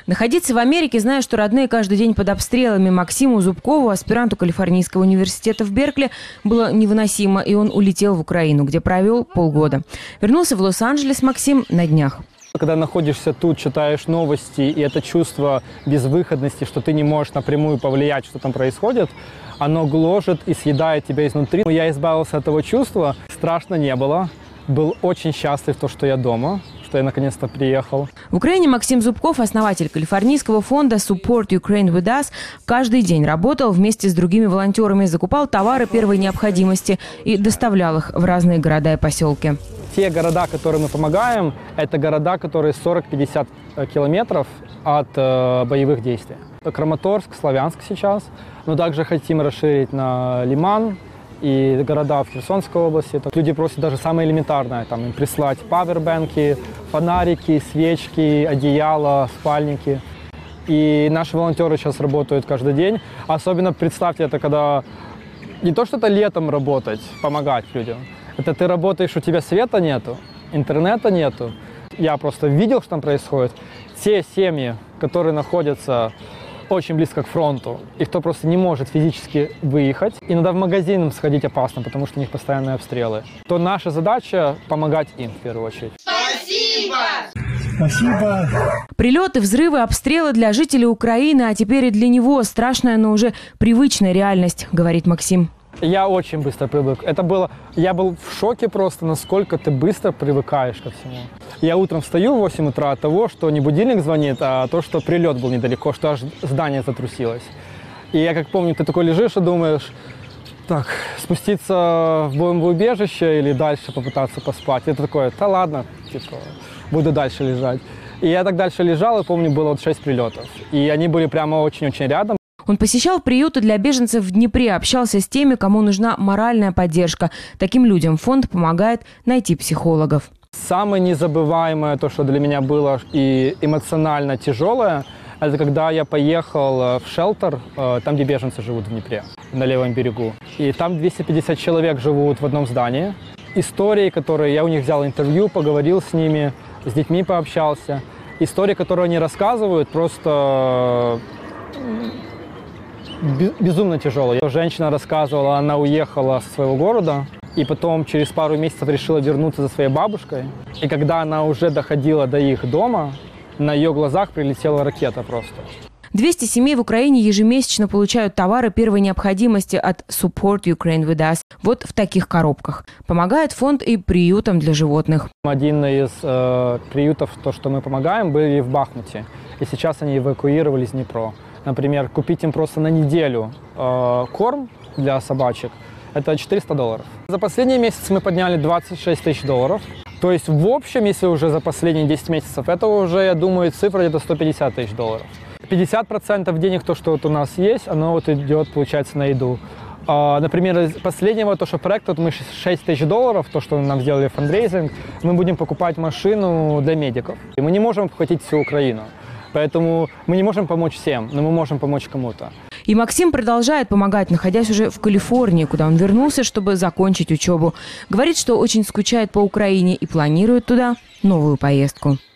Находиться в Америке, зная, что родные каждый день под обстрелами, Максиму Зубкову, аспиранту Калифорнийского университета в Беркли, было невыносимо, и он улетел в Украину, где провел полгода. Вернулся в Лос-Анджелес Максим на днях. Когда находишься тут, читаешь новости, и это чувство безвыходности, что ты не можешь напрямую повлиять, что там происходит, оно гложет и съедает тебя изнутри. Я избавился от этого чувства, страшно не было, был очень счастлив, что я дома, что я наконец-то приехал. В Украине Максим Зубков, основатель калифорнийского фонда Support Ukraine with Us, каждый день работал вместе с другими волонтерами, закупал товары первой необходимости и доставлял их в разные города и поселки. Те города, которым мы помогаем, это города, которые 40-50 километров от боевых действий. Краматорск, Славянск сейчас, но также хотим расширить на Лиман и города в Херсонской области. Люди просят даже самое элементарное, там, им прислать павербэнки, фонарики, свечки, одеяла, спальники. И наши волонтеры сейчас работают каждый день. Особенно представьте, это когда не то, что это летом работать, помогать людям. Это ты работаешь, у тебя света нету, интернета нету. Я просто видел, что там происходит. Те семьи, которые находятся очень близко к фронту, и кто просто не может физически выехать, иногда в магазин сходить опасно, потому что у них постоянные обстрелы, то наша задача помогать им в первую очередь. Спасибо! Спасибо! Прилеты, взрывы, обстрелы для жителей Украины, а теперь и для него страшная, но уже привычная реальность, говорит Максим. Я очень быстро привык. Я был в шоке просто, насколько ты быстро привыкаешь ко всему. Я утром встаю в 8 утра от того, что не будильник звонит, а то, что прилет был недалеко, что аж здание затрусилось. И я как помню, ты такой лежишь и думаешь, так, спуститься в бомбоубежище или дальше попытаться поспать. И ты такой, да ладно, типа, буду дальше лежать. И я так дальше лежал, и помню, было 6 прилетов. И они были прямо очень-очень рядом. Он посещал приюты для беженцев в Днепре, общался с теми, кому нужна моральная поддержка. Таким людям фонд помогает найти психологов. Самое незабываемое, то, что для меня было и эмоционально тяжелое, это когда я поехал в шелтер, там, где беженцы живут в Днепре, на левом берегу. И там 250 человек живут в одном здании. Истории, которые я у них взял интервью, поговорил с ними, с детьми пообщался. Истории, которые они рассказывают, просто безумно тяжело. Женщина рассказывала, она уехала со своего города и потом через пару месяцев решила вернуться за своей бабушкой. И когда она уже доходила до их дома, на ее глазах прилетела ракета просто. 200 семей в Украине ежемесячно получают товары первой необходимости от Support Ukraine with Us. Вот в таких коробках. Помогает фонд и приютам для животных. Один из приютов, то, что мы помогаем, были в Бахмуте. И сейчас они эвакуировались из Днепра. Например, купить им просто на неделю корм для собачек – это $400. За последний месяц мы подняли $26 000. То есть в общем, если уже за последние 10 месяцев, это уже, я думаю, цифра где-то $150 000. 50% денег, то, что вот у нас есть, оно вот идет, получается, на еду. Например, из последнего проекта мы $6 000, то, что нам сделали фандрейзинг, мы будем покупать машину для медиков. И мы не можем обхватить всю Украину. Поэтому мы не можем помочь всем, но мы можем помочь кому-то. И Максим продолжает помогать, находясь уже в Калифорнии, куда он вернулся, чтобы закончить учебу. Говорит, что очень скучает по Украине и планирует туда новую поездку.